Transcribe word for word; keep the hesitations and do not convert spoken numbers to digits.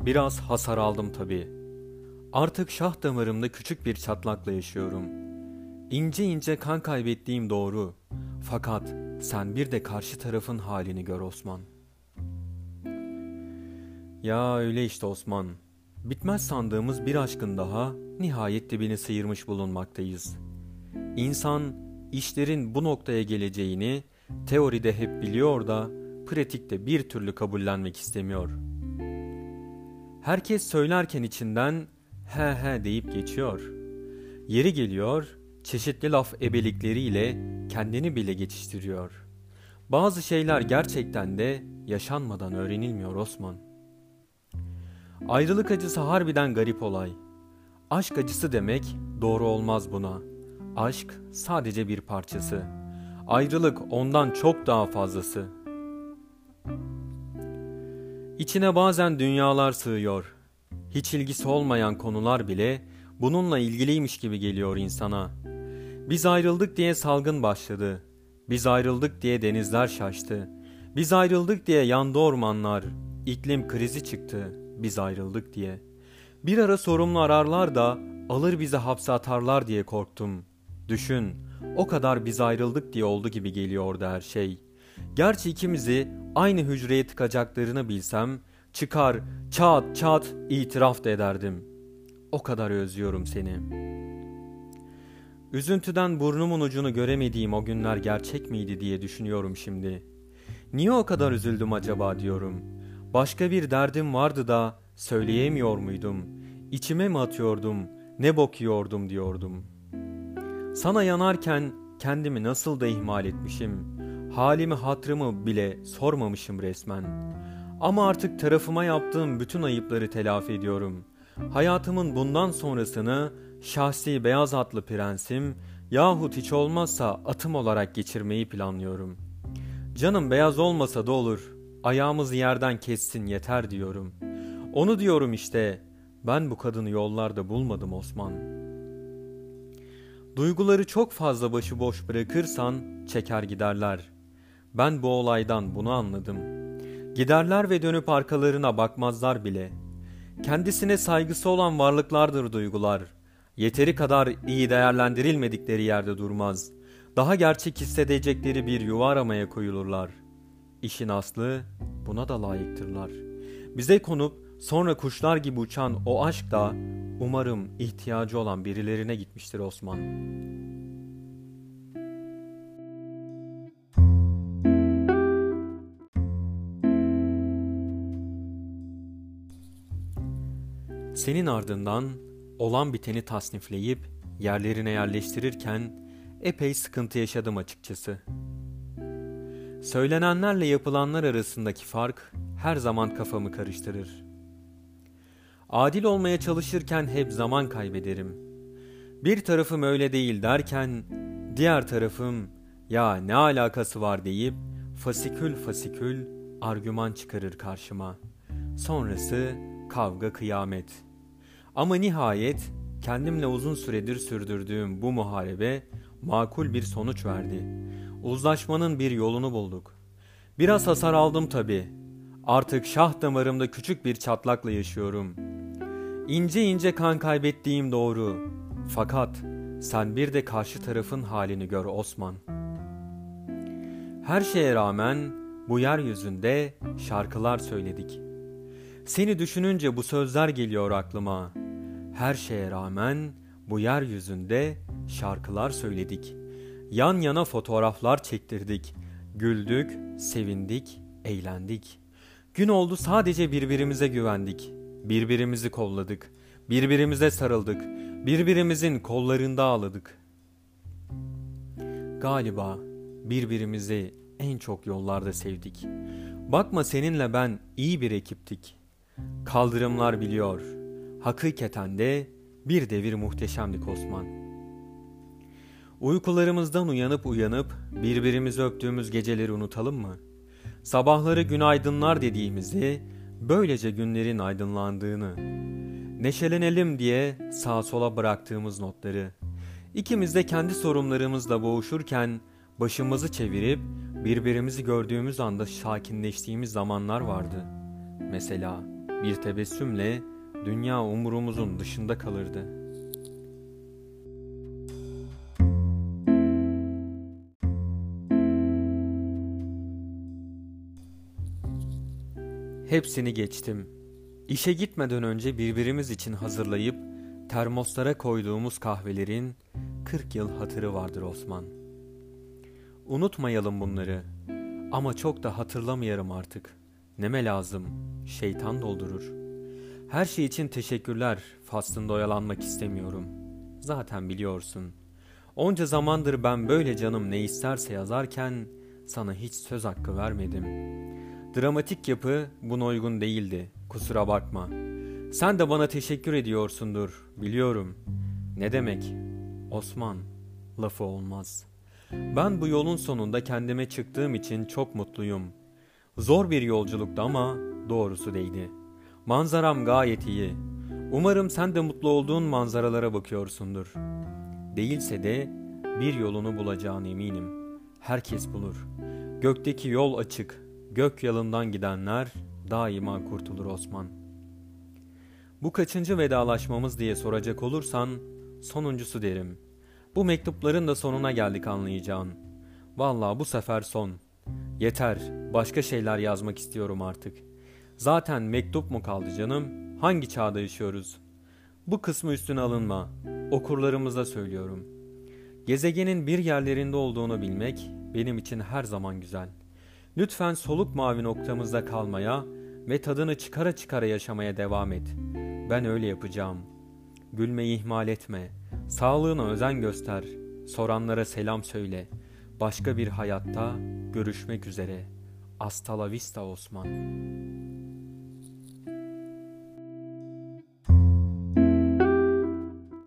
Biraz hasar aldım tabii. Artık şah damarımda küçük bir çatlakla yaşıyorum. İnce ince kan kaybettiğim doğru. Fakat sen bir de karşı tarafın halini gör Osman. Ya öyle işte Osman. Bitmez sandığımız bir aşkın daha nihayet dibini sıyırmış bulunmaktayız. İnsan işlerin bu noktaya geleceğini teoride hep biliyor da pratikte bir türlü kabullenmek istemiyor. Herkes söylerken içinden he he deyip geçiyor. Yeri geliyor, çeşitli laf ebelikleriyle kendini bile geçiştiriyor. Bazı şeyler gerçekten de yaşanmadan öğrenilmiyor Osman. Ayrılık acısı harbiden garip olay. Aşk acısı demek doğru olmaz buna. Aşk sadece bir parçası. Ayrılık ondan çok daha fazlası. İçine bazen dünyalar sığıyor. Hiç ilgisi olmayan konular bile bununla ilgiliymiş gibi geliyor insana. Biz ayrıldık diye salgın başladı. Biz ayrıldık diye denizler şaştı. Biz ayrıldık diye yandı ormanlar. İklim krizi çıktı. Biz ayrıldık diye. Bir ara sorumlu ararlar da alır bizi hapse atarlar diye korktum. Düşün, o kadar biz ayrıldık diye oldu gibi geliyordu her şey. Gerçi ikimizi aynı hücreye tıkacaklarını bilsem, çıkar çat çat itiraf da ederdim. O kadar özlüyorum seni. Üzüntüden burnumun ucunu göremediğim o günler gerçek miydi diye düşünüyorum şimdi. Niye o kadar üzüldüm acaba diyorum. Başka bir derdim vardı da söyleyemiyor muydum? İçime mi atıyordum, ne bok yiyordum diyordum. Sana yanarken kendimi nasıl da ihmal etmişim. Halimi hatrımı bile sormamışım resmen. Ama artık tarafıma yaptığım bütün ayıpları telafi ediyorum. Hayatımın bundan sonrasını şahsi beyaz atlı prensim yahut hiç olmazsa atım olarak geçirmeyi planlıyorum. Canım beyaz olmasa da olur. Ayağımızı yerden kessin yeter diyorum. Onu diyorum işte. Ben bu kadını yollarda bulmadım Osman. Duyguları çok fazla başıboş bırakırsan çeker giderler. Ben bu olaydan bunu anladım. Giderler ve dönüp arkalarına bakmazlar bile. Kendisine saygısı olan varlıklardır duygular. Yeteri kadar iyi değerlendirilmedikleri yerde durmaz. Daha gerçek hissedecekleri bir yuva aramaya koyulurlar. İşin aslı buna da layıktırlar. Bize konup sonra kuşlar gibi uçan o aşk da umarım ihtiyacı olan birilerine gitmiştir Osman. Senin ardından olan biteni tasnifleyip yerlerine yerleştirirken epey sıkıntı yaşadım açıkçası. Söylenenlerle yapılanlar arasındaki fark her zaman kafamı karıştırır. Adil olmaya çalışırken hep zaman kaybederim. Bir tarafım öyle değil derken diğer tarafım ya ne alakası var deyip fasikül fasikül argüman çıkarır karşıma. Sonrası kavga kıyamet. Ama nihayet kendimle uzun süredir sürdürdüğüm bu muharebe makul bir sonuç verdi. Uzlaşmanın bir yolunu bulduk. Biraz hasar aldım tabii. Artık şah damarımda küçük bir çatlakla yaşıyorum. İnce ince kan kaybettiğim doğru. Fakat sen bir de karşı tarafın halini gör Osman. Her şeye rağmen bu yeryüzünde şarkılar söyledik. Seni düşününce bu sözler geliyor aklıma. Her şeye rağmen bu yeryüzünde şarkılar söyledik. Yan yana fotoğraflar çektirdik. Güldük, sevindik, eğlendik. Gün oldu sadece birbirimize güvendik. Birbirimizi kolladık. Birbirimize sarıldık. Birbirimizin kollarında ağladık. Galiba birbirimizi en çok yollarda sevdik. Bakma seninle ben iyi bir ekiptik. Kaldırımlar biliyor. Hakikaten de bir devir muhteşemdik Osman. Uykularımızdan uyanıp uyanıp birbirimizi öptüğümüz geceleri unutalım mı? Sabahları günaydınlar dediğimizi, böylece günlerin aydınlandığını, neşelenelim diye sağa sola bıraktığımız notları, ikimiz de kendi sorunlarımızla boğuşurken başımızı çevirip birbirimizi gördüğümüz anda sakinleştiğimiz zamanlar vardı. Mesela Bir tebessümle dünya umurumuzun dışında kalırdı. Hepsini geçtim. İşe gitmeden önce birbirimiz için hazırlayıp termoslara koyduğumuz kahvelerin kırk yıl hatırı vardır Osman. Unutmayalım bunları. Ama çok da hatırlamayarım artık. Neme lazım? Şeytan doldurur. Her şey için teşekkürler. Faslında oyalanmak istemiyorum. Zaten biliyorsun. Onca zamandır ben böyle canım ne isterse yazarken sana hiç söz hakkı vermedim. Dramatik yapı buna uygun değildi. Kusura bakma. Sen de bana teşekkür ediyorsundur. Biliyorum. Ne demek? Osman, lafı olmaz. Ben bu yolun sonunda kendime çıktığım için çok mutluyum. Zor bir yolculuktu ama doğrusu değdi. Manzaram gayet iyi. Umarım sen de mutlu olduğun manzaralara bakıyorsundur. Değilse de bir yolunu bulacağına eminim. Herkes bulur. Gökteki yol açık. Gök yalından gidenler daima kurtulur Osman. Bu kaçıncı vedalaşmamız diye soracak olursan sonuncusu derim. Bu mektupların da sonuna geldik anlayacağın. Vallahi bu sefer son. Yeter, başka şeyler yazmak istiyorum artık. Zaten mektup mu kaldı canım? Hangi çağda yaşıyoruz? Bu kısmı üstüne alınma. Okurlarımıza söylüyorum. Gezegenin bir yerlerinde olduğunu bilmek benim için her zaman güzel. Lütfen soluk mavi noktamızda kalmaya ve tadını çıkara çıkara yaşamaya devam et. Ben öyle yapacağım. Gülmeyi ihmal etme. Sağlığına özen göster. Soranlara selam söyle. Başka bir hayatta görüşmek üzere. Hasta la vista Osman.